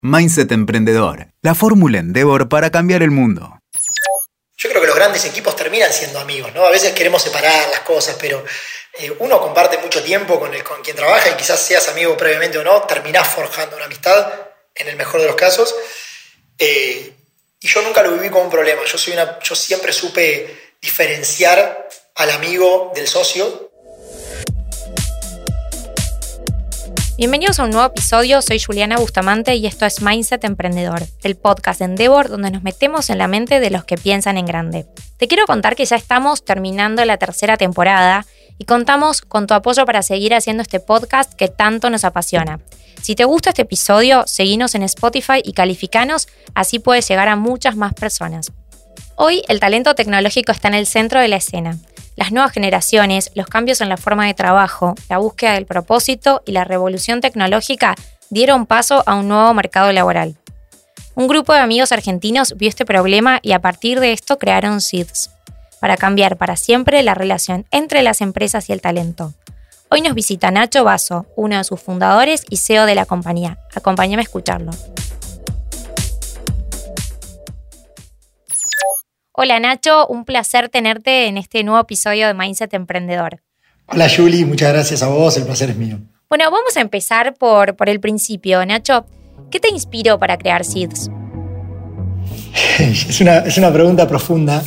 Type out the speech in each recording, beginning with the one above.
Mindset Emprendedor, la fórmula Endeavor para cambiar el mundo. Yo creo que los grandes equipos terminan siendo amigos, ¿no? A veces queremos separar las cosas, pero uno comparte mucho tiempo con quien trabaja y quizás seas amigo previamente o no, terminás forjando una amistad, en el mejor de los casos. Y yo nunca lo viví como un problema. Yo siempre supe diferenciar al amigo del socio. Bienvenidos a un nuevo episodio, soy Juliana Bustamante y esto es Mindset Emprendedor, el podcast de Endeavor donde nos metemos en la mente de los que piensan en grande. Te quiero contar que ya estamos terminando la tercera temporada y contamos con tu apoyo para seguir haciendo este podcast que tanto nos apasiona. Si te gusta este episodio, seguinos en Spotify y calificanos, así puedes llegar a muchas más personas. Hoy el talento tecnológico está en el centro de la escena. Las nuevas generaciones, los cambios en la forma de trabajo, la búsqueda del propósito y la revolución tecnológica dieron paso a un nuevo mercado laboral. Un grupo de amigos argentinos vio este problema y a partir de esto crearon Seeds, para cambiar para siempre la relación entre las empresas y el talento. Hoy nos visita Nacho Basso, uno de sus fundadores y CEO de la compañía. Acompáñame a escucharlo. Hola Nacho, un placer tenerte en este nuevo episodio de Mindset Emprendedor. Hola Juli, muchas gracias a vos, el placer es mío. Bueno, vamos a empezar por el principio. Nacho, ¿qué te inspiró para crear Seeds? Es una pregunta profunda.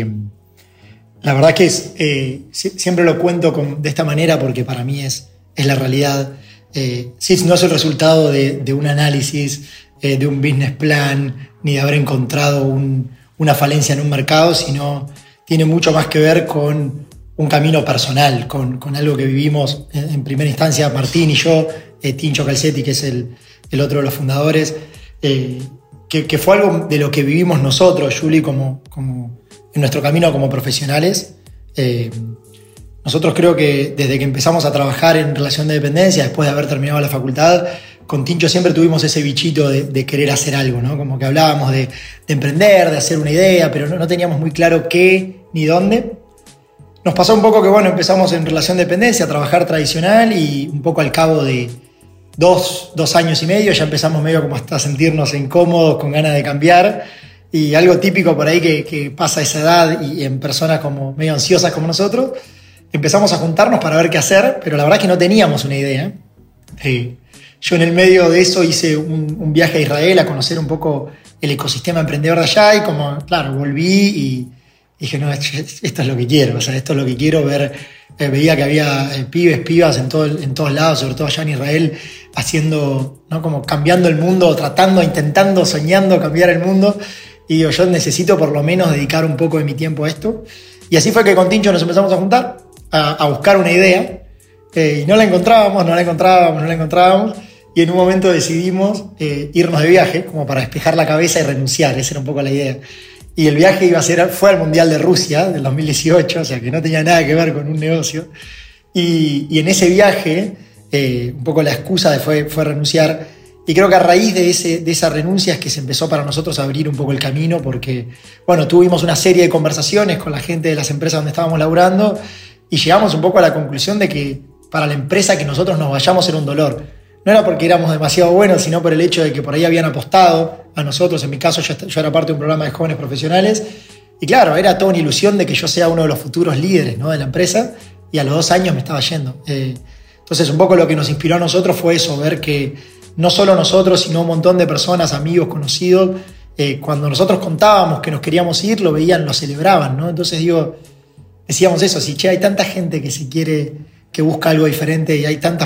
La verdad que siempre lo cuento de esta manera porque para mí es la realidad. Seeds no es el resultado de un análisis, de un business plan, ni de haber encontrado una falencia en un mercado, sino tiene mucho más que ver con un camino personal, con algo que vivimos en primera instancia Martín y yo, Tincho Calcetti, que es el otro de los fundadores, que fue algo de lo que vivimos nosotros, Juli, como en nuestro camino como profesionales. Nosotros creo que desde que empezamos a trabajar en relación de dependencia, después de haber terminado la facultad, con Tincho siempre tuvimos ese bichito de querer hacer algo, ¿no? Como que hablábamos de emprender, de hacer una idea, pero no teníamos muy claro qué ni dónde. Nos pasó un poco que, empezamos en relación de dependencia a trabajar tradicional y un poco al cabo de dos años y medio ya empezamos medio como hasta sentirnos incómodos, con ganas de cambiar. Y algo típico por ahí que pasa a esa edad y en personas como medio ansiosas como nosotros, empezamos a juntarnos para ver qué hacer, pero la verdad es que no teníamos una idea. Yo en el medio de eso hice un viaje a Israel a conocer un poco el ecosistema emprendedor de allá y volví y dije, no, esto es lo que quiero, esto es lo que quiero ver. Veía que había pibas en todos lados, sobre todo allá en Israel, haciendo, ¿no? Como cambiando el mundo, intentando, soñando cambiar el mundo. Y digo, yo necesito por lo menos dedicar un poco de mi tiempo a esto. Y así fue que con Tincho nos empezamos a juntar, a buscar una idea. Y no la encontrábamos. Y en un momento decidimos irnos de viaje, como para despejar la cabeza y renunciar. Esa era un poco la idea. Y el viaje fue al Mundial de Rusia del 2018, o sea que no tenía nada que ver con un negocio. Y en ese viaje, un poco la excusa fue renunciar. Y creo que a raíz de esa renuncia es que se empezó para nosotros a abrir un poco el camino, porque tuvimos una serie de conversaciones con la gente de las empresas donde estábamos laburando y llegamos un poco a la conclusión de que para la empresa que nosotros nos vayamos era un dolor. No era porque éramos demasiado buenos, sino por el hecho de que por ahí habían apostado a nosotros. En mi caso, yo era parte de un programa de jóvenes profesionales. Y claro, era toda una ilusión de que yo sea uno de los futuros líderes, ¿no? de la empresa. Y a los 2 años me estaba yendo. Entonces, un poco lo que nos inspiró a nosotros fue eso, ver que no solo nosotros, sino un montón de personas, amigos, conocidos, cuando nosotros contábamos que nos queríamos ir, lo veían, lo celebraban, ¿no? Entonces, decíamos eso, si hay tanta gente que busca algo diferente y hay tan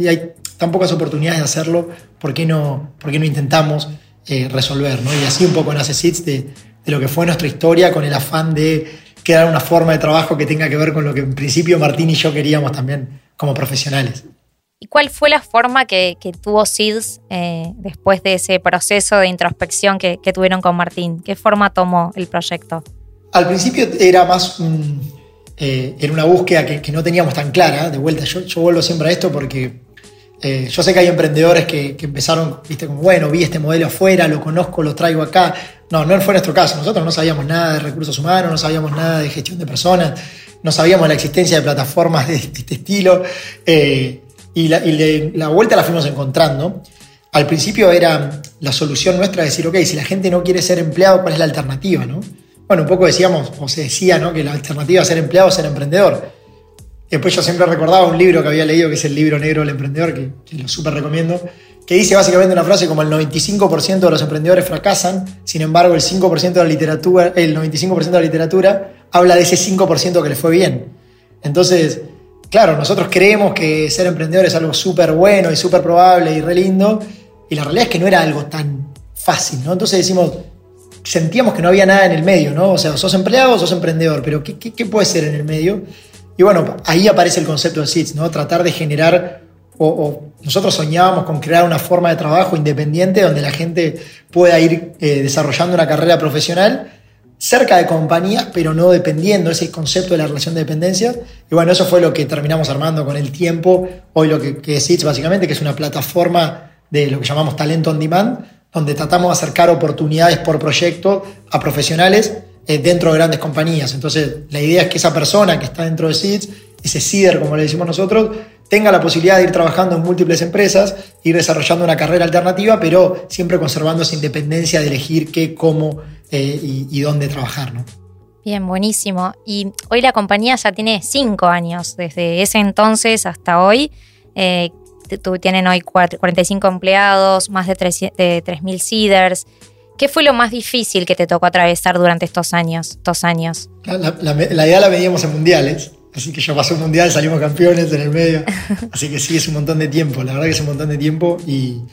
pocas oportunidades de hacerlo, ¿por qué no intentamos resolver, ¿no? Y así un poco nace Seeds de lo que fue nuestra historia, con el afán de crear una forma de trabajo que tenga que ver con lo que en principio Martín y yo queríamos también como profesionales. ¿Y cuál fue la forma que tuvo Seeds después de ese proceso de introspección que tuvieron con Martín? ¿Qué forma tomó el proyecto? Al principio era más era una búsqueda que no teníamos tan clara. De vuelta, yo vuelvo siempre a esto porque yo sé que hay emprendedores que empezaron, vi este modelo afuera, lo conozco, lo traigo acá. No fue nuestro caso. Nosotros no sabíamos nada de recursos humanos, no sabíamos nada de gestión de personas, no sabíamos la existencia de plataformas de este estilo. Y la vuelta la fuimos encontrando. Al principio era la solución nuestra es decir, ok, si la gente no quiere ser empleado, ¿cuál es la alternativa, no? Bueno, un poco decíamos, o se decía, ¿no?, que la alternativa a ser empleado es ser emprendedor. Y después yo siempre recordaba un libro que había leído, que es el libro negro del emprendedor, que lo súper recomiendo, que dice básicamente una frase como el 95% de los emprendedores fracasan, sin embargo el 95% de la literatura habla de ese 5% que les fue bien. Entonces, claro, nosotros creemos que ser emprendedor es algo súper bueno y súper probable y re lindo, y la realidad es que no era algo tan fácil, ¿no? Entonces sentíamos que no había nada en el medio, ¿no? O sea, sos empleado o sos emprendedor, pero ¿qué puede ser en el medio? Y bueno, ahí aparece el concepto de Seeds, ¿no? Tratar de generar, nosotros soñábamos con crear una forma de trabajo independiente donde la gente pueda ir desarrollando una carrera profesional cerca de compañías, pero no dependiendo, ese concepto de la relación de dependencia. Y bueno, eso fue lo que terminamos armando con el tiempo. Hoy lo que es Seeds básicamente, que es una plataforma de lo que llamamos talento on demand, donde tratamos de acercar oportunidades por proyecto a profesionales dentro de grandes compañías. Entonces, la idea es que esa persona que está dentro de Seeds, ese seeder, como le decimos nosotros, tenga la posibilidad de ir trabajando en múltiples empresas, ir desarrollando una carrera alternativa, pero siempre conservando esa independencia de elegir qué, cómo y dónde trabajar, ¿no? Bien, buenísimo. Y hoy la compañía ya tiene 5 años, desde ese entonces hasta hoy. Tienen hoy 45 empleados, más de 3.000 seeders. ¿Qué fue lo más difícil que te tocó atravesar durante estos años? La idea la medíamos en mundiales, así que ya pasó un mundial, salimos campeones en el medio, así que sí, es un montón de tiempo, la verdad que es un montón de tiempo. Y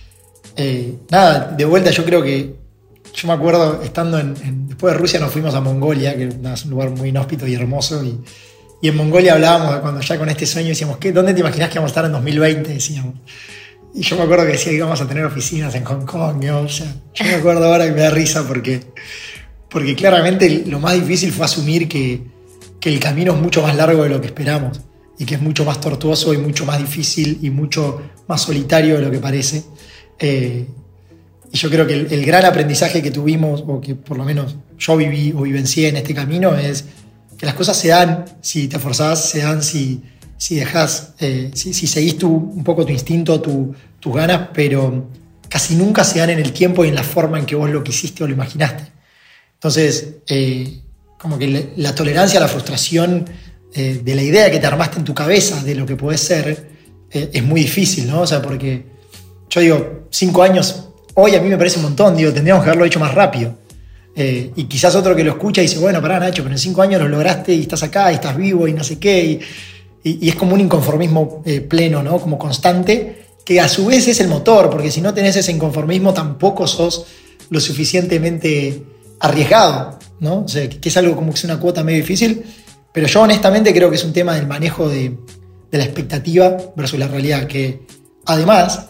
nada, de vuelta yo creo que, yo me acuerdo estando después de Rusia nos fuimos a Mongolia, que es un lugar muy inhóspito y hermoso, y en Mongolia hablábamos de cuando ya con este sueño decíamos, ¿dónde te imaginás que íbamos a estar en 2020? Decíamos. Y yo me acuerdo que decía que íbamos a tener oficinas en Hong Kong, ¿no? O sea, yo me acuerdo ahora que me da risa porque claramente lo más difícil fue asumir que el camino es mucho más largo de lo que esperamos y que es mucho más tortuoso y mucho más difícil y mucho más solitario de lo que parece. Y yo creo que el gran aprendizaje que tuvimos, o que por lo menos yo viví o vivencié en este camino, es que las cosas se dan si te esforzás, se dan si dejás, si seguís un poco tu instinto, tus ganas, pero casi nunca se dan en el tiempo y en la forma en que vos lo quisiste o lo imaginaste. Entonces, como que la tolerancia a la frustración de la idea que te armaste en tu cabeza de lo que podés ser es muy difícil, ¿no? O sea, porque yo digo, 5 años, hoy a mí me parece un montón, digo, tendríamos que haberlo hecho más rápido. Y quizás otro que lo escucha y dice, bueno, pará, Nacho, pero en 5 años lo lograste y estás acá y estás vivo y no sé qué. Y es como un inconformismo pleno, ¿no? Como constante, que a su vez es el motor, porque si no tenés ese inconformismo tampoco sos lo suficientemente arriesgado, ¿no? O sea, que es algo como que es una cuota medio difícil, pero yo honestamente creo que es un tema del manejo de la expectativa versus la realidad, que además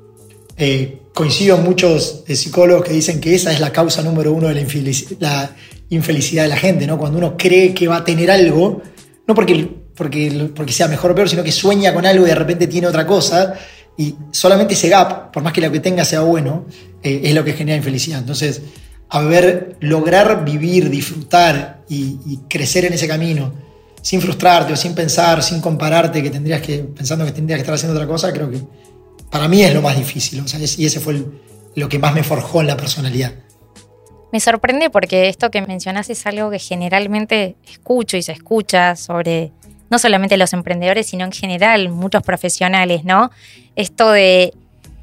coincido en muchos psicólogos que dicen que esa es la causa número 1 de la infelicidad de la gente, ¿no? Cuando uno cree que va a tener algo, no porque sea mejor o peor, sino que sueña con algo y de repente tiene otra cosa, y solamente ese gap, por más que lo que tenga sea bueno, es lo que genera infelicidad. Entonces, lograr vivir, disfrutar y crecer en ese camino, sin frustrarte o sin pensar, sin compararte, pensando que tendrías que estar haciendo otra cosa, creo que para mí es lo más difícil. O sea, y ese fue lo que más me forjó en la personalidad. Me sorprende porque esto que mencionás es algo que generalmente escucho y se escucha sobre no solamente los emprendedores, sino en general muchos profesionales, ¿no? Esto de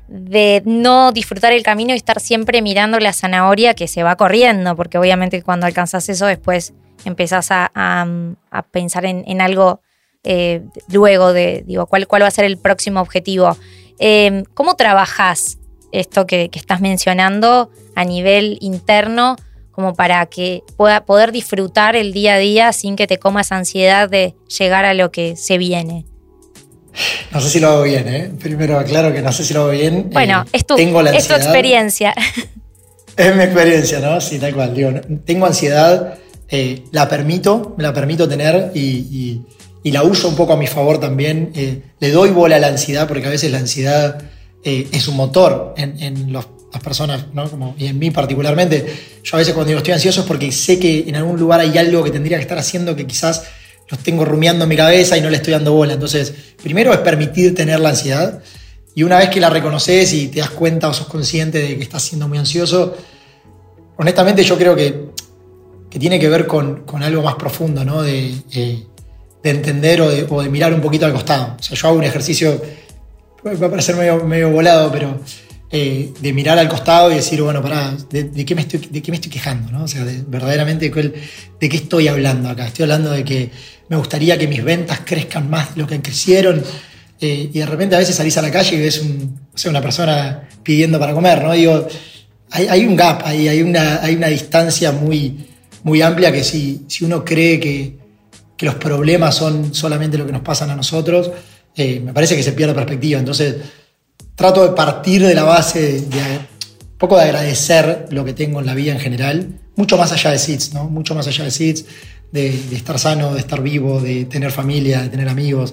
no disfrutar el camino y estar siempre mirando la zanahoria que se va corriendo, porque obviamente cuando alcanzas eso después empezás a pensar en algo luego ¿cuál va a ser el próximo objetivo? ¿Cómo trabajás esto que estás mencionando a nivel interno como para que poder disfrutar el día a día sin que te coma esa ansiedad de llegar a lo que se viene? No sé si lo hago bien, ¿eh? Primero aclaro que no sé si lo hago bien. Bueno, es tu experiencia. Es mi experiencia, ¿no? Sí, tal cual. Digo, tengo ansiedad, me la permito tener y la uso un poco a mi favor también. Le doy bola a la ansiedad porque a veces la ansiedad es un motor en las personas, ¿no? Y en mí particularmente. Yo a veces cuando digo estoy ansioso es porque sé que en algún lugar hay algo que tendría que estar haciendo que quizás los tengo rumiando en mi cabeza y no le estoy dando bola. Entonces, primero es permitir tener la ansiedad Y una vez que la reconoces y te das cuenta o sos consciente de que estás siendo muy ansioso, honestamente yo creo que tiene que ver con algo más profundo, ¿no? De entender o de mirar un poquito al costado. O sea, yo hago un ejercicio, va a parecer medio volado, pero de mirar al costado y decir, bueno, pará, ¿de qué me estoy quejando? ¿No? O sea, verdaderamente, ¿de qué estoy hablando acá? Estoy hablando de que me gustaría que mis ventas crezcan más de lo que crecieron, y de repente a veces salís a la calle y ves una persona pidiendo para comer, ¿no? Digo, hay un gap, hay una distancia muy amplia que si uno cree que los problemas son solamente lo que nos pasan a nosotros, me parece que se pierde perspectiva. Entonces trato de partir de la base de un poco de agradecer lo que tengo en la vida en general, mucho más allá de SITS, ¿no? Mucho más allá de SITS, de estar sano, de estar vivo, de tener familia, de tener amigos,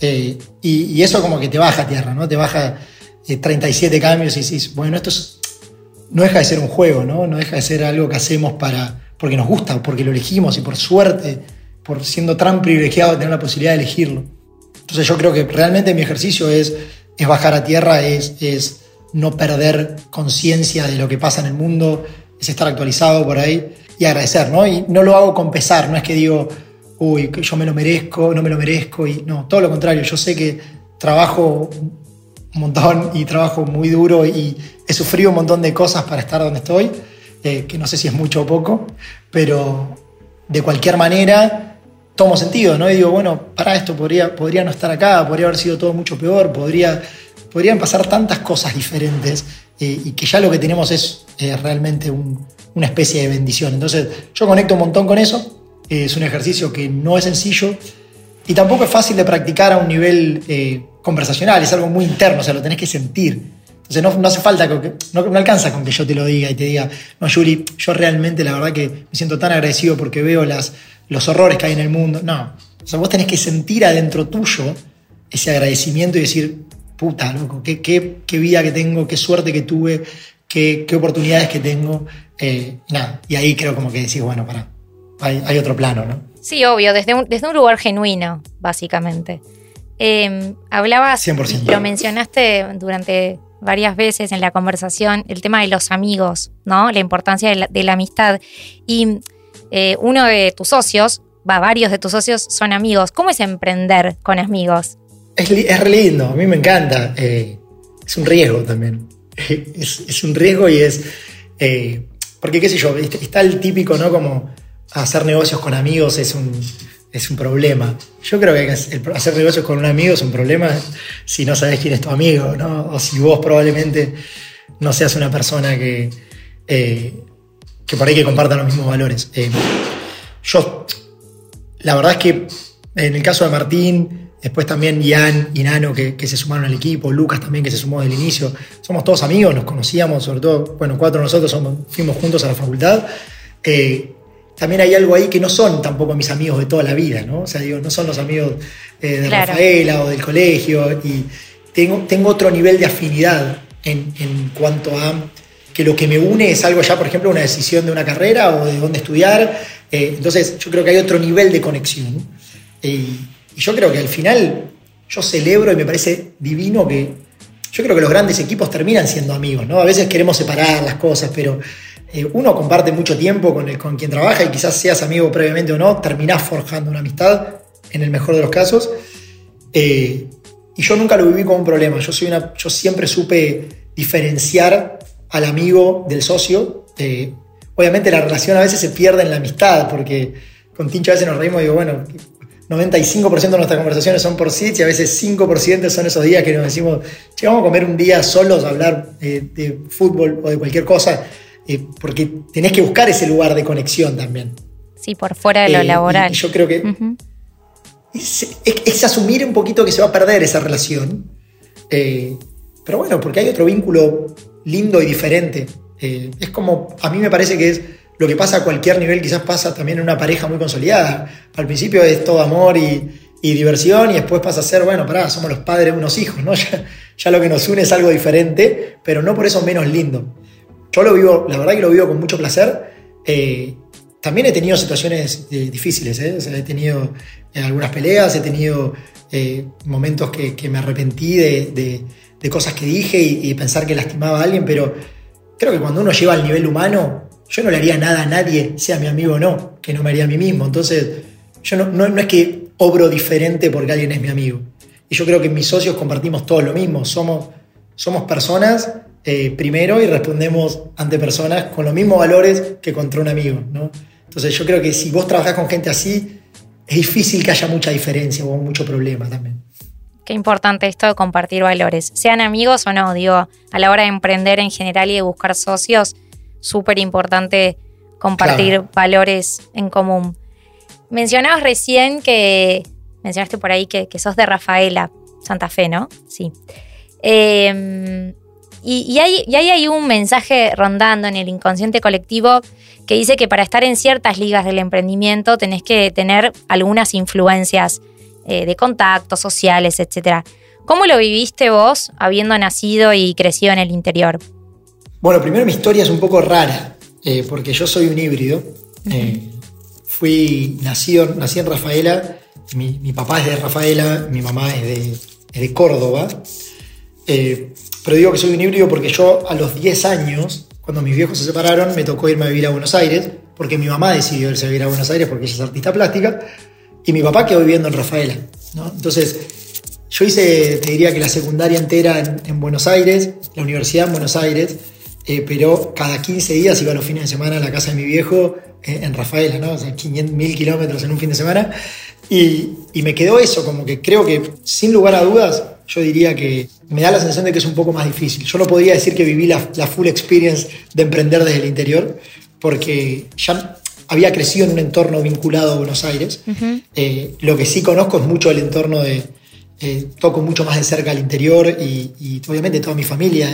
y eso como que te baja a tierra, ¿no? Te baja 37 cambios y dices, bueno, esto no deja de ser un juego, ¿no? No deja de ser algo que hacemos porque nos gusta, porque lo elegimos y por suerte, por siendo tan privilegiado de tener la posibilidad de elegirlo. Entonces yo creo que realmente mi ejercicio es bajar a tierra, es no perder conciencia de lo que pasa en el mundo, es estar actualizado por ahí y agradecer, ¿no? Y no lo hago con pesar, no es que digo, uy, que yo me lo merezco, no me lo merezco, y no, todo lo contrario, yo sé que trabajo un montón y trabajo muy duro y he sufrido un montón de cosas para estar donde estoy, que no sé si es mucho o poco, pero de cualquier manera tomo sentido, ¿no? Y digo, bueno, para esto podría no estar acá, podría haber sido todo mucho peor, podrían pasar tantas cosas diferentes, y que ya lo que tenemos es realmente una especie de bendición. Entonces yo conecto un montón con eso. Es un ejercicio que no es sencillo y tampoco es fácil de practicar a un nivel conversacional, es algo muy interno, o sea, lo tenés que sentir. Entonces no hace falta, no alcanza con que yo te lo diga y te diga, no, Juli, yo realmente la verdad que me siento tan agradecido porque veo los horrores que hay en el mundo. No, o sea, vos tenés que sentir adentro tuyo ese agradecimiento y decir, puta, loco, qué vida que tengo, qué suerte que tuve, qué oportunidades que tengo. Nada, y ahí creo como que decís, bueno, pará, hay otro plano, ¿no? Sí, obvio, desde un lugar genuino, básicamente. Hablabas, 100%. Lo mencionaste durante varias veces en la conversación, el tema de los amigos, ¿no? La importancia de la amistad. Y uno de tus socios, varios de tus socios son amigos. ¿Cómo es emprender con amigos? Es re lindo, a mí me encanta. Es un riesgo también. Es un riesgo y es... porque qué sé yo, está el típico, ¿no? Como hacer negocios con amigos es un problema. Yo creo que hacer negocios con un amigo es un problema si no sabes quién es tu amigo, ¿no? O si vos probablemente no seas una persona que por ahí que comparta los mismos valores. Yo, la verdad es que en el caso de Martín, después también Ian y Nano que se sumaron al equipo, Lucas también que se sumó desde el inicio, somos todos amigos, nos conocíamos, sobre todo, bueno, 4 de nosotros fuimos juntos a la facultad. También hay algo ahí que no son tampoco mis amigos de toda la vida, ¿no? O sea, digo, no son los amigos de Claro. Rafaela o del colegio, y tengo otro nivel de afinidad en cuanto a que lo que me une es algo ya, por ejemplo, una decisión de una carrera o de dónde estudiar. Entonces yo creo que hay otro nivel de conexión. Y yo creo que al final yo celebro y me parece divino que yo creo que los grandes equipos terminan siendo amigos, ¿no? A veces queremos separar las cosas, pero uno comparte mucho tiempo con quien trabaja y quizás seas amigo previamente o no, terminás forjando una amistad en el mejor de los casos. Y yo nunca lo viví como un problema. Yo siempre supe diferenciar al amigo del socio. Obviamente la relación a veces se pierde en la amistad, porque con Tincho a veces nos reímos y digo, bueno, 95% de nuestras conversaciones son por SITS y a veces 5% son esos días que nos decimos, che, vamos a comer un día solos a hablar de fútbol o de cualquier cosa, porque tenés que buscar ese lugar de conexión también. Sí, por fuera de lo laboral. Y yo creo que es asumir un poquito que se va a perder esa relación, pero bueno, porque hay otro vínculo lindo y diferente. Es como, a mí me parece que es lo que pasa a cualquier nivel, quizás pasa también en una pareja muy consolidada. Al principio es todo amor y diversión, y después pasa a ser, bueno, pará, somos los padres de unos hijos, ¿no? Ya lo que nos une es algo diferente, pero no por eso menos lindo. Yo lo vivo, la verdad que lo vivo con mucho placer. También he tenido situaciones difíciles, ¿eh? O sea, he tenido algunas peleas, he tenido momentos que me arrepentí de de cosas que dije y pensar que lastimaba a alguien, pero creo que cuando uno lleva al nivel humano, yo no le haría nada a nadie, sea mi amigo o no, que no me haría a mí mismo. Entonces, yo no es que obro diferente porque alguien es mi amigo. Y yo creo que mis socios compartimos todo lo mismo. Somos personas primero y respondemos ante personas con los mismos valores que contra un amigo, ¿no? Entonces, yo creo que si vos trabajás con gente así, es difícil que haya mucha diferencia o mucho problema también. Qué importante esto de compartir valores, sean amigos o no, digo, a la hora de emprender en general y de buscar socios, súper importante compartir valores en común. Mencionabas recién mencionaste por ahí que sos de Rafaela, Santa Fe, ¿no? Sí. Y hay un mensaje rondando en el inconsciente colectivo que dice que para estar en ciertas ligas del emprendimiento tenés que tener algunas influencias de contactos sociales, etc. ¿Cómo lo viviste vos habiendo nacido y crecido en el interior? Bueno, primero mi historia es un poco rara, porque yo soy un híbrido. Nací en Rafaela, mi papá es de Rafaela, mi mamá es de Córdoba. Pero digo que soy un híbrido porque yo a los 10 años, cuando mis viejos se separaron, me tocó irme a vivir a Buenos Aires, porque mi mamá decidió irse a vivir a Buenos Aires porque ella es artista plástica, y mi papá quedó viviendo en Rafaela, ¿no? Entonces, yo hice, te diría que la secundaria entera en Buenos Aires, la universidad en Buenos Aires, pero cada 15 días iba los fines de semana a la casa de mi viejo en Rafaela, ¿no? O sea, 500.000 kilómetros en un fin de semana. Y me quedó eso, como que creo que, sin lugar a dudas, yo diría que me da la sensación de que es un poco más difícil. Yo no podría decir que viví la full experience de emprender desde el interior, porque ya había crecido en un entorno vinculado a Buenos Aires. Uh-huh. Lo que sí conozco es mucho el entorno toco mucho más de cerca al interior y obviamente toda mi familia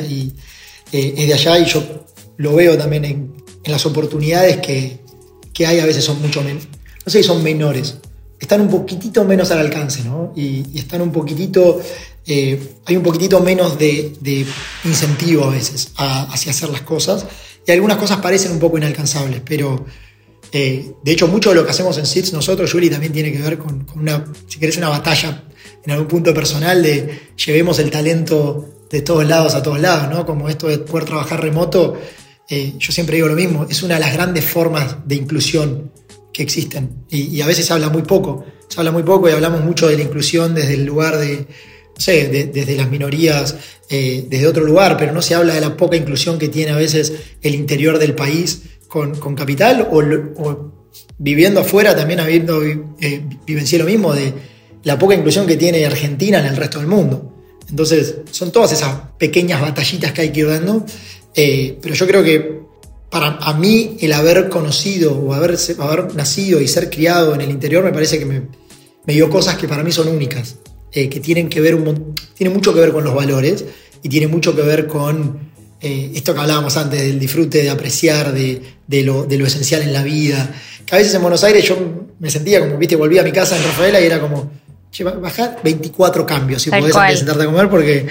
es de allá, y yo lo veo también en las oportunidades que hay. A veces son mucho menos, no sé si son menores, están un poquitito menos al alcance, ¿no? Y están un poquitito, hay un poquitito menos de incentivo a veces hacia hacer las cosas, y algunas cosas parecen un poco inalcanzables, pero de hecho mucho de lo que hacemos en Seeds nosotros, Juli, también tiene que ver con si querés, una batalla en algún punto personal de llevemos el talento de todos lados a todos lados, ¿no? Como esto de poder trabajar remoto, yo siempre digo lo mismo, es una de las grandes formas de inclusión que existen, y a veces se habla muy poco y hablamos mucho de la inclusión desde el lugar de, no sé, desde las minorías, desde otro lugar, pero no se habla de la poca inclusión que tiene a veces el interior del país con capital, o viviendo afuera también habiendo vivenciado lo mismo, de la poca inclusión que tiene Argentina en el resto del mundo. Entonces son todas esas pequeñas batallitas que hay que ir dando, pero yo creo que para mí el haber conocido o haber nacido y ser criado en el interior me parece que me dio cosas que para mí son únicas, que tienen mucho que ver con los valores y tiene mucho que ver con esto que hablábamos antes, del disfrute, de apreciar, de lo esencial en la vida. Que a veces en Buenos Aires yo me sentía como, viste, volvía a mi casa en Rafaela y era como, che, bajar 24 cambios si podés antes de sentarte a comer, porque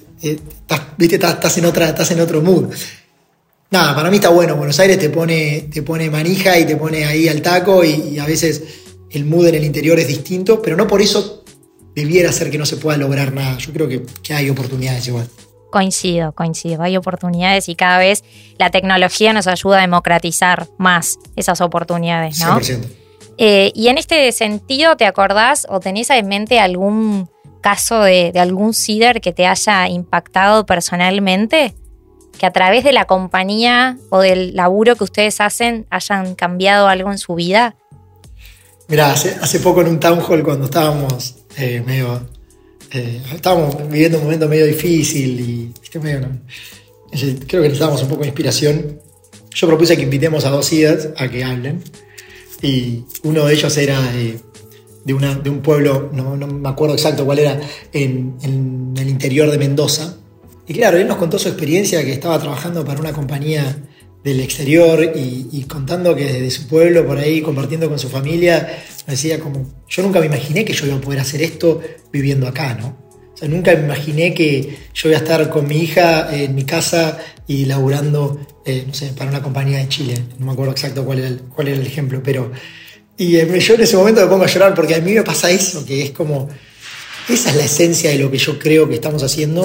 estás en otro mood. Nada, para mí está bueno. Buenos Aires te pone manija y te pone ahí al taco, y a veces el mood en el interior es distinto, pero no por eso debiera ser que no se pueda lograr nada. Yo creo que hay oportunidades igual. Coincido. Hay oportunidades y cada vez la tecnología nos ayuda a democratizar más esas oportunidades, ¿no? 100%. Y en este sentido, ¿te acordás o tenés en mente algún caso de algún seeder que te haya impactado personalmente? Que a través de la compañía o del laburo que ustedes hacen hayan cambiado algo en su vida. Mirá, hace poco en un town hall, cuando estábamos estábamos viviendo un momento medio difícil y creo que necesitábamos un poco de inspiración. Yo propuse que invitemos a 2 seeders a que hablen, y uno de ellos era de un pueblo, no me acuerdo exacto cuál era, en el interior de Mendoza. Y claro, él nos contó su experiencia, que estaba trabajando para una compañía del exterior y contando que desde su pueblo, por ahí, compartiendo con su familia, me decía como, yo nunca me imaginé que yo iba a poder hacer esto viviendo acá, ¿no? O sea, nunca me imaginé que yo iba a estar con mi hija en mi casa y laburando, no sé, para una compañía de Chile. No me acuerdo exacto cuál era el ejemplo, pero... Y yo en ese momento me pongo a llorar, porque a mí me pasa eso, que es como... Esa es la esencia de lo que yo creo que estamos haciendo,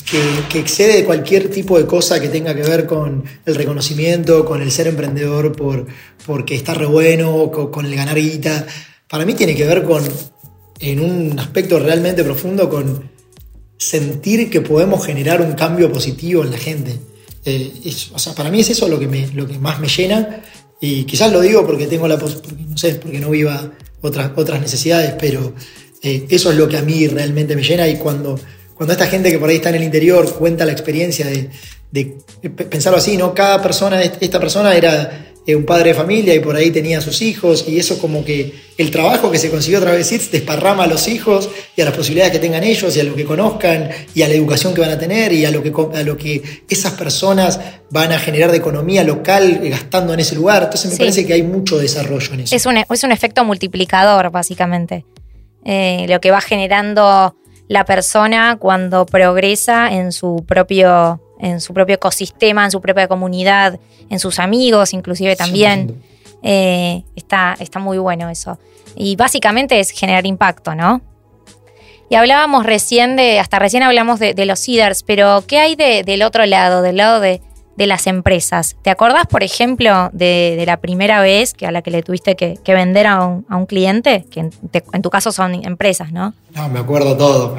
que excede cualquier tipo de cosa que tenga que ver con el reconocimiento, con el ser emprendedor porque está re bueno, con el ganar guita. Para mí tiene que ver en un aspecto realmente profundo, con sentir que podemos generar un cambio positivo en la gente. Para mí es eso lo que más me llena, y quizás lo digo porque tengo porque no viva otras necesidades, pero eso es lo que a mí realmente me llena. Y cuando esta gente que por ahí está en el interior cuenta la experiencia de pensarlo así, ¿no? Cada persona, esta persona era un padre de familia y por ahí tenía a sus hijos, y eso como que el trabajo que se consiguió a través de SITS desparrama a los hijos y a las posibilidades que tengan ellos y a lo que conozcan y a la educación que van a tener y a lo que esas personas van a generar de economía local gastando en ese lugar. Entonces me parece que hay mucho desarrollo en eso. Es un efecto multiplicador, básicamente. Lo que va generando la persona cuando progresa en su propio ecosistema, en su propia comunidad, en sus amigos inclusive también. Está muy bueno eso. Y básicamente es generar impacto, ¿no? Y hablábamos hasta recién hablamos de los seeders, pero ¿qué hay del otro lado, del lado de las empresas? ¿Te acordás, por ejemplo, de la primera vez a la que le tuviste que vender a un cliente? Que en tu caso son empresas, ¿no? No, me acuerdo todo.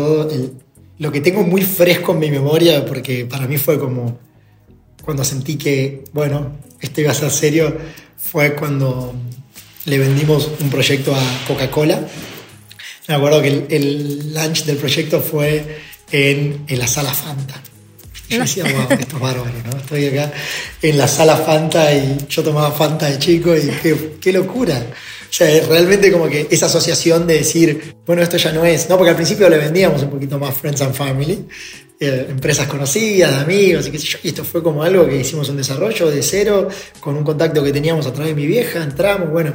Lo que tengo muy fresco en mi memoria, porque para mí fue como cuando sentí que, bueno, esto iba a ser serio, fue cuando le vendimos un proyecto a Coca-Cola. Me acuerdo que el launch del proyecto fue en la sala Fanta. Yo decía, wow, esto es bárbaro, ¿no? Estoy acá en la sala Fanta y yo tomaba Fanta de chico y qué locura. O sea, es realmente como que esa asociación de decir, bueno, esto ya no es, ¿no? Porque al principio le vendíamos un poquito más Friends and Family, empresas conocidas, amigos y qué sé yo, y esto fue como algo que hicimos un desarrollo de cero, con un contacto que teníamos a través de mi vieja, entramos, bueno,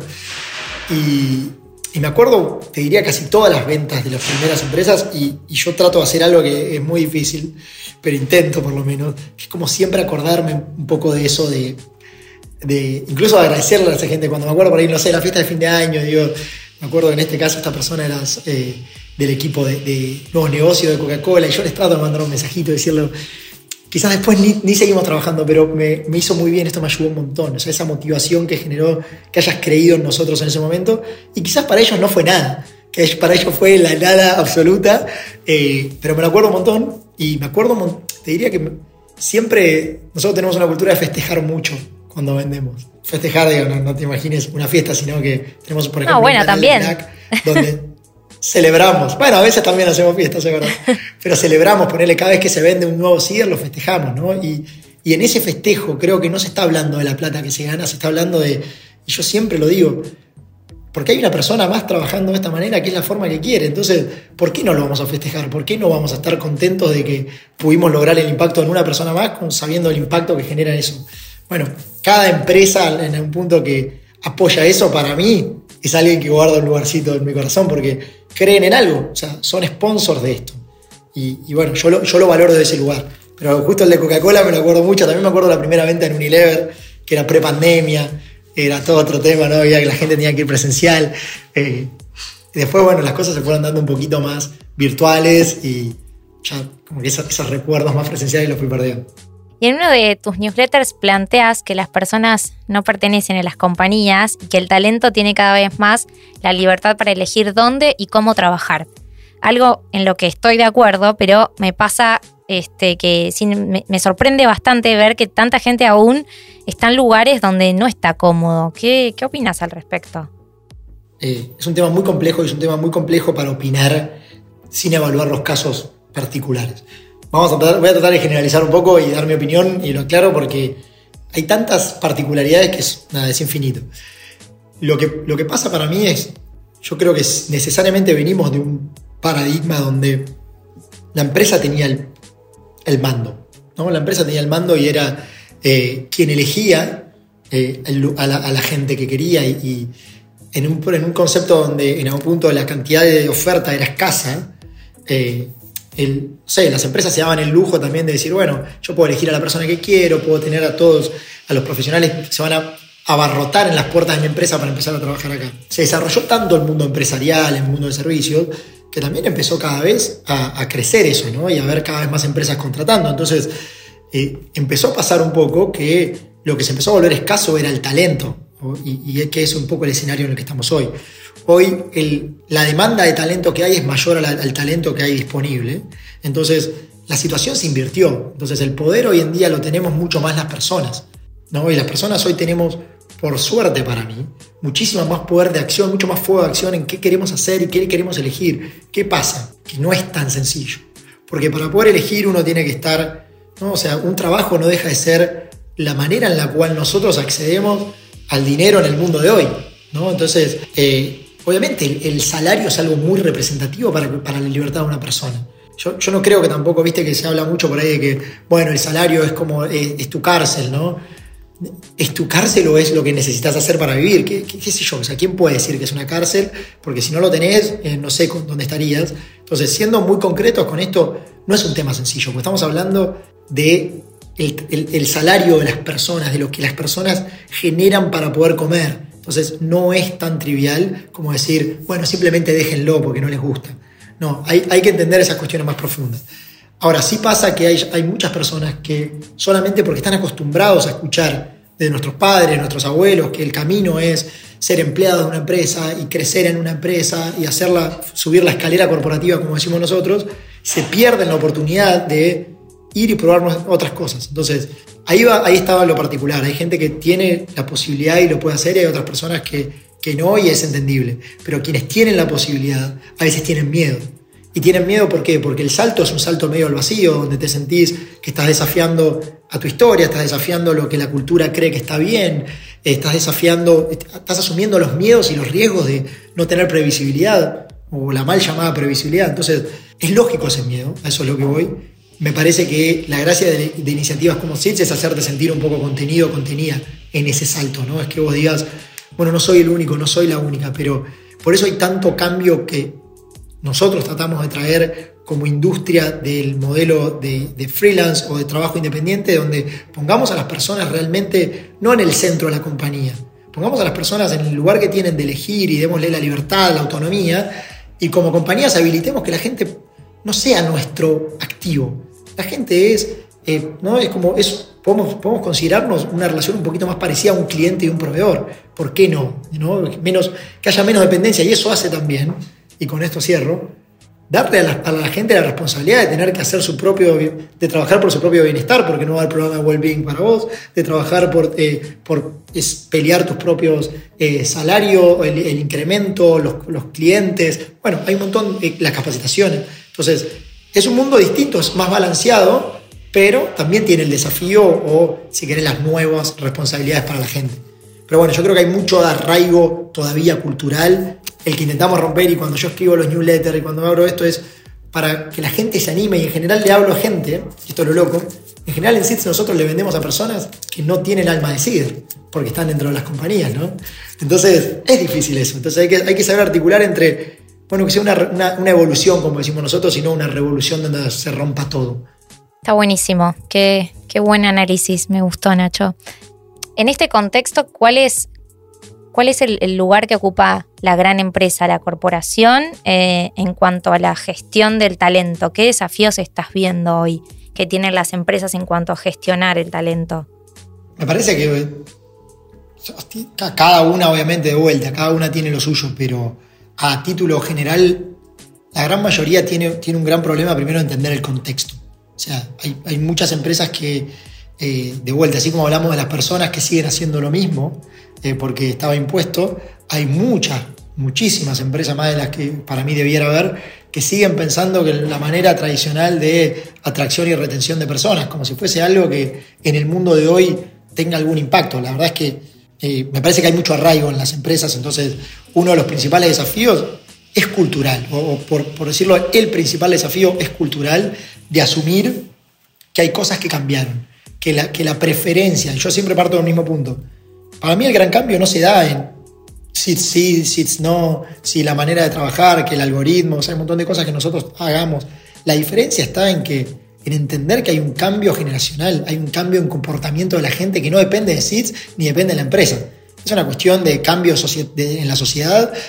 y me acuerdo, te diría, casi todas las ventas de las primeras empresas, y yo trato de hacer algo que es muy difícil, pero intento por lo menos, que es como siempre acordarme un poco de eso, de incluso agradecerle a esa gente. Cuando me acuerdo por ahí, no sé, la fiesta de fin de año, me acuerdo que en este caso esta persona era del equipo de nuevos negocios de Coca-Cola, y yo les trato de mandar un mensajito y decirle, quizás después ni seguimos trabajando, pero me hizo muy bien, esto me ayudó un montón. O sea, esa motivación que generó que hayas creído en nosotros en ese momento, y quizás para ellos no fue nada, que para ellos fue la nada absoluta, pero me lo acuerdo un montón, y me acuerdo, te diría que siempre nosotros tenemos una cultura de festejar mucho cuando vendemos. Festejar, digo, no te imagines una fiesta, sino que tenemos, por ejemplo, un también Black, donde celebramos. Bueno, a veces también hacemos fiestas, es verdad. Pero celebramos, ponerle, cada vez que se vende un nuevo seeder, lo festejamos, ¿no? Y en ese festejo creo que no se está hablando de la plata que se gana, se está hablando y yo siempre lo digo, porque hay una persona más trabajando de esta manera, que es la forma que quiere. Entonces, ¿por qué no lo vamos a festejar? ¿Por qué no vamos a estar contentos de que pudimos lograr el impacto en una persona más, sabiendo el impacto que genera eso? Bueno, cada empresa en un punto que apoya eso, para mí, es alguien que guarda un lugarcito en mi corazón porque creen en algo, o sea, son sponsors de esto. Y bueno, yo lo valoro desde ese lugar. Pero justo el de Coca-Cola me lo acuerdo mucho. También me acuerdo la primera venta en Unilever, que era pre-pandemia, era todo otro tema, ¿no? Había que la gente tenía que ir presencial. Y después, bueno, las cosas se fueron dando un poquito más virtuales y ya como que esos recuerdos más presenciales los fui perdiendo. Y en uno de tus newsletters planteas que las personas no pertenecen a las compañías y que el talento tiene cada vez más la libertad para elegir dónde y cómo trabajar. Algo en lo que estoy de acuerdo, pero me pasa que sí, me sorprende bastante ver que tanta gente aún está en lugares donde no está cómodo. ¿Qué opinas al respecto? Es un tema muy complejo y es un tema muy complejo para opinar sin evaluar los casos particulares. Voy a tratar de generalizar un poco y dar mi opinión, y lo aclaro porque hay tantas particularidades que es infinito. Lo que pasa para mí es, yo creo que necesariamente venimos de un paradigma donde la empresa tenía el mando, ¿no? La empresa tenía el mando y era quien elegía a la gente que quería, y en un concepto donde en algún punto la cantidad de oferta era escasa, las empresas se daban el lujo también de decir, bueno, yo puedo elegir a la persona que quiero, puedo tener a todos, a los profesionales que se van a abarrotar en las puertas de mi empresa para empezar a trabajar acá. Se desarrolló tanto el mundo empresarial, el mundo de servicios, que también empezó cada vez a crecer eso, ¿no? Y a ver cada vez más empresas contratando. Entonces empezó a pasar un poco que lo que se empezó a volver escaso era el talento, ¿no? Y que es un poco el escenario en el que estamos hoy. Hoy la demanda de talento que hay es mayor al talento que hay disponible. Entonces la situación se invirtió. Entonces el poder hoy en día lo tenemos mucho más las personas, ¿no? Y las personas hoy tenemos, por suerte para mí, muchísimo más poder de acción, mucho más fuego de acción en qué queremos hacer y qué queremos elegir. ¿Qué pasa? Que no es tan sencillo. Porque para poder elegir uno tiene que estar, ¿no? O sea, un trabajo no deja de ser la manera en la cual nosotros accedemos al dinero en el mundo de hoy, ¿no? Entonces, obviamente el salario es algo muy representativo para la libertad de una persona. Yo no creo que tampoco, viste que se habla mucho por ahí de que, bueno, el salario es como, es tu cárcel, ¿no? ¿Es tu cárcel o es lo que necesitas hacer para vivir? ¿Qué sé yo? O sea, ¿quién puede decir que es una cárcel? Porque si no lo tenés, no sé dónde estarías. Entonces, siendo muy concretos con esto, no es un tema sencillo, porque estamos hablando de el salario de las personas, de lo que las personas generan para poder comer. Entonces, no es tan trivial como decir, bueno, simplemente déjenlo porque no les gusta. No, hay que entender esas cuestiones más profundas. Ahora, sí pasa que hay muchas personas que solamente porque están acostumbrados a escuchar de nuestros padres, nuestros abuelos, que el camino es ser empleado de una empresa y crecer en una empresa y subir la escalera corporativa, como decimos nosotros, se pierden la oportunidad de ir y probar otras cosas. Entonces, ahí estaba lo particular. Hay gente que tiene la posibilidad y lo puede hacer, y hay otras personas que no, y es entendible. Pero quienes tienen la posibilidad a veces tienen miedo. ¿Y tienen miedo por qué? Porque el salto es un salto medio al vacío, donde te sentís que estás desafiando a tu historia, estás desafiando lo que la cultura cree que está bien, estás asumiendo los miedos y los riesgos de no tener previsibilidad, o la mal llamada previsibilidad. Entonces, es lógico ese miedo, a eso es lo que voy. Me parece que la gracia de iniciativas como SITS es hacerte sentir un poco contenida en ese salto, ¿no? Es que vos digas, bueno, no soy el único, no soy la única, pero por eso hay tanto cambio que nosotros tratamos de traer como industria del modelo de freelance o de trabajo independiente, donde pongamos a las personas realmente no en el centro de la compañía, pongamos a las personas en el lugar que tienen de elegir y démosle la libertad, la autonomía, y como compañías habilitemos que la gente no sea nuestro activo. La gente ¿no? Podemos considerarnos una relación un poquito más parecida a un cliente y un proveedor. ¿Por qué no? Que haya menos dependencia, y eso hace también, y con esto cierro, darle a la gente la responsabilidad de tener que hacer de trabajar por su propio bienestar, porque no va el programa de well-being para vos, de trabajar por pelear tus propios salarios, el incremento, los clientes, bueno, hay un montón de las capacitaciones. Entonces, es un mundo distinto, es más balanceado, pero también tiene el desafío o, si querés, las nuevas responsabilidades para la gente. Pero bueno, yo creo que hay mucho arraigo todavía cultural, el que intentamos romper, y cuando yo escribo los newsletters y cuando abro esto es para que la gente se anime, y en general le hablo a gente, esto es lo loco, en general en SITS nosotros le vendemos a personas que no tienen alma de líder, porque están dentro de las compañías, ¿no? Entonces es difícil eso, entonces hay que saber articular entre, bueno, que sea una evolución, como decimos nosotros, y no una revolución donde se rompa todo. Está buenísimo, qué buen análisis, me gustó, Nacho. En este contexto, ¿cuál es el lugar que ocupa la gran empresa, la corporación, en cuanto a la gestión del talento? ¿Qué desafíos estás viendo hoy que tienen las empresas en cuanto a gestionar el talento? Me parece que cada una, obviamente, de vuelta, cada una tiene lo suyo, pero a título general, la gran mayoría tiene un gran problema primero de entender el contexto. O sea, hay muchas empresas que, de vuelta, así como hablamos de las personas que siguen haciendo lo mismo, porque estaba impuesto, hay muchísimas empresas, más de las que para mí debiera haber, que siguen pensando que la manera tradicional de atracción y retención de personas, como si fuese algo que en el mundo de hoy tenga algún impacto. La verdad es que me parece que hay mucho arraigo en las empresas, entonces uno de los principales desafíos es cultural, o por decirlo, el principal desafío es cultural, de asumir que hay cosas que cambiaron, que la preferencia, y yo siempre parto del mismo punto. Para mí el gran cambio no se da en SITS sí, SITS no, si la manera de trabajar, que el algoritmo, o sea, hay un montón de cosas que nosotros hagamos. La diferencia está en entender que hay un cambio generacional, hay un cambio en comportamiento de la gente que no depende de SITS ni depende de la empresa. Es una cuestión de cambio en la sociedad,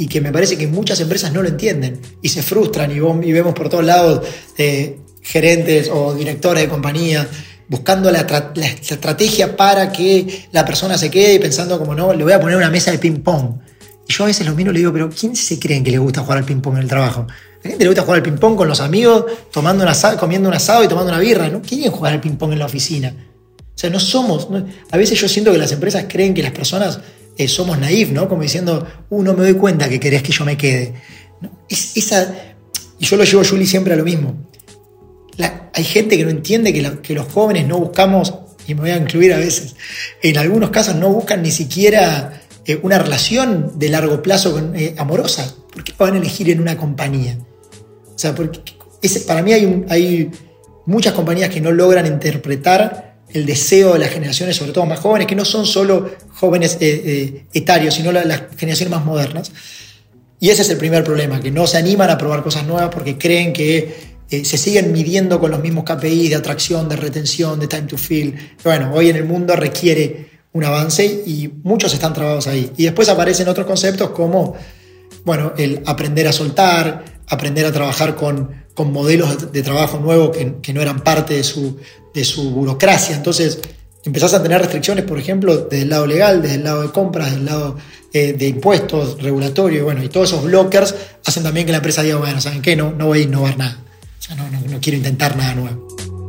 y que me parece que muchas empresas no lo entienden y se frustran y vemos por todos lados gerentes o directores de compañía buscando la estrategia para que la persona se quede y pensando como no, le voy a poner una mesa de ping pong. Y yo a veces los miro y le digo, pero ¿quién se creen que le gusta jugar al ping pong en el trabajo? A la gente le gusta jugar al ping pong con los amigos, comiendo un asado y tomando una birra. No quieren jugar al ping pong en la oficina. O sea, a veces yo siento que las empresas creen que las personas somos naif, ¿no? Como diciendo, no me doy cuenta que querés que yo me quede. ¿No? Y yo lo llevo, Juli, siempre a lo mismo. Hay gente que no entiende que los jóvenes no buscamos, y me voy a incluir a veces, en algunos casos no buscan ni siquiera una relación de largo plazo amorosa. ¿Por qué lo van a elegir en una compañía? O sea, porque para mí hay muchas compañías que no logran interpretar el deseo de las generaciones, sobre todo más jóvenes, que no son solo jóvenes etarios, sino las generaciones más modernas. Y ese es el primer problema, que no se animan a probar cosas nuevas porque creen que se siguen midiendo con los mismos KPIs de atracción, de retención, de time to fill. Bueno, hoy en el mundo requiere un avance y muchos están trabados ahí. Y después aparecen otros conceptos como, bueno, el aprender a soltar, aprender a trabajar con modelos de trabajo nuevos que no eran parte de su burocracia. Entonces empezás a tener restricciones, por ejemplo, desde el lado legal, desde el lado de compras, desde el lado de impuestos, regulatorio, bueno, y todos esos blockers hacen también que la empresa diga, bueno, ¿saben qué? No voy a innovar nada. O sea, no quiero intentar nada nuevo.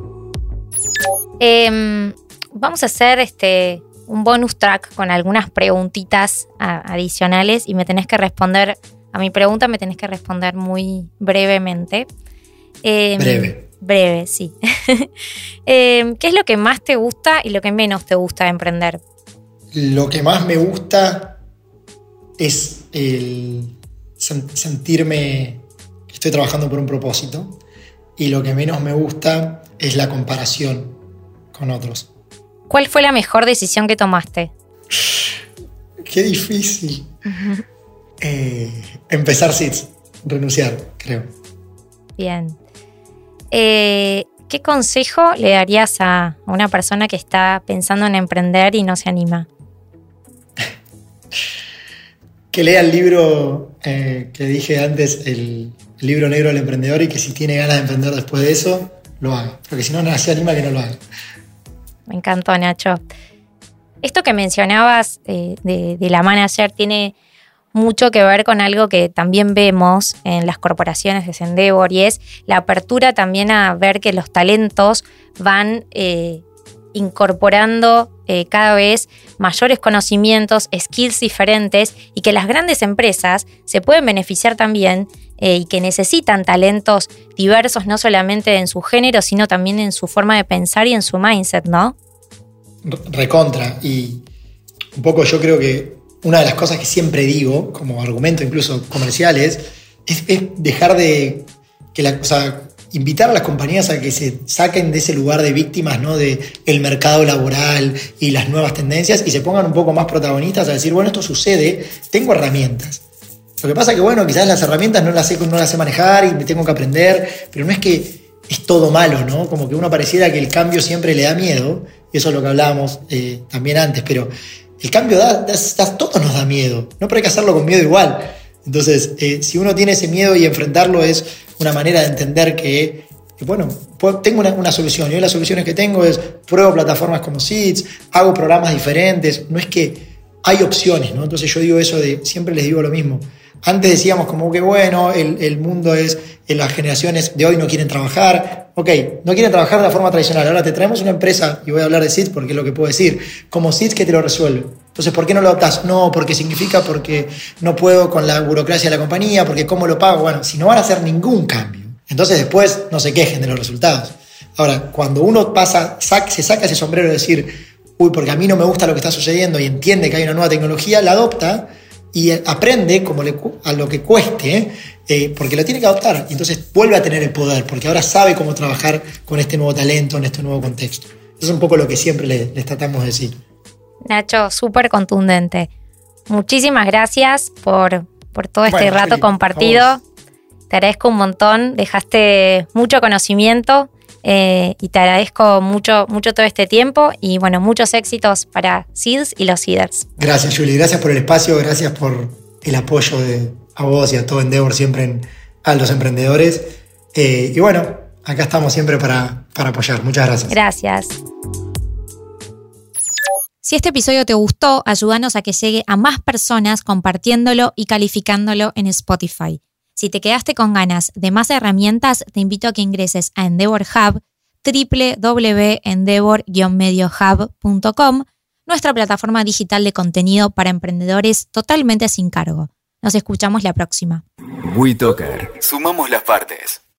Vamos a hacer un bonus track con algunas preguntitas adicionales y me tenés que responder a mi pregunta, me tenés que responder muy brevemente. Breve, sí. ¿Qué es lo que más te gusta y lo que menos te gusta de emprender? Lo que más me gusta es el sentirme que estoy trabajando por un propósito, y lo que menos me gusta es la comparación con otros. ¿Cuál fue la mejor decisión que tomaste? Qué difícil. Empezar SIDS, renunciar, creo. Bien. ¿Qué consejo le darías a una persona que está pensando en emprender y no se anima? Que lea el libro que dije antes, el libro negro del emprendedor, y que si tiene ganas de emprender después de eso, lo haga. Porque si no se anima, que no lo haga. Me encantó, Nacho. Esto que mencionabas de la manager tiene mucho que ver con algo que también vemos en las corporaciones de Endeavor, y es la apertura también a ver que los talentos van incorporando cada vez mayores conocimientos, skills diferentes, y que las grandes empresas se pueden beneficiar también y que necesitan talentos diversos, no solamente en su género, sino también en su forma de pensar y en su mindset, ¿no? Recontra. Y un poco yo creo que una de las cosas que siempre digo, como argumento incluso comercial, es dejar de invitar a las compañías a que se saquen de ese lugar de víctimas, ¿no? De el mercado laboral y las nuevas tendencias, y se pongan un poco más protagonistas a decir, bueno, esto sucede, tengo herramientas. Lo que pasa es que, bueno, quizás las herramientas no las sé manejar y me tengo que aprender, pero no es que es todo malo, ¿no? Como que uno pareciera que el cambio siempre le da miedo, y eso es lo que hablábamos también antes, pero el cambio todos nos da miedo, ¿no? Pero hay que hacerlo con miedo igual. Entonces, si uno tiene ese miedo y enfrentarlo, es una manera de entender que bueno, tengo una solución. Y hoy las soluciones que tengo es pruebo plataformas como Seeds, hago programas diferentes. No es que hay opciones, ¿no? Entonces yo digo eso siempre les digo lo mismo. Antes decíamos como que bueno, el mundo es, las generaciones de hoy no quieren trabajar. Ok, no quieren trabajar de la forma tradicional. Ahora te traemos una empresa, y voy a hablar de Seeds porque es lo que puedo decir, como Seeds, que te lo resuelve. Entonces, ¿por qué no lo adoptás? No, porque no puedo con la burocracia de la compañía, porque ¿cómo lo pago? Bueno, si no van a hacer ningún cambio, entonces después no se quejen de los resultados. Ahora, cuando uno se saca ese sombrero de decir, uy, porque a mí no me gusta lo que está sucediendo, y entiende que hay una nueva tecnología, la adopta y aprende a lo que cueste, porque lo tiene que adoptar. Y entonces vuelve a tener el poder, porque ahora sabe cómo trabajar con este nuevo talento, en este nuevo contexto. Eso es un poco lo que siempre les tratamos de decir. Nacho, súper contundente. Muchísimas gracias por todo este rato compartido. Te agradezco un montón, dejaste mucho conocimiento y te agradezco mucho todo este tiempo, y bueno, muchos éxitos para Seeds y los Seeders. Gracias, Juli, gracias por el espacio, gracias por el apoyo de a vos y a todo Endeavor siempre en Altos Emprendedores. Y bueno, acá estamos siempre para apoyar. Muchas gracias. Gracias. Si este episodio te gustó, ayúdanos a que llegue a más personas compartiéndolo y calificándolo en Spotify. Si te quedaste con ganas de más herramientas, te invito a que ingreses a Endeavor Hub, www.endeavor-mediohub.com, nuestra plataforma digital de contenido para emprendedores totalmente sin cargo. Nos escuchamos la próxima. WeToker. Sumamos las partes.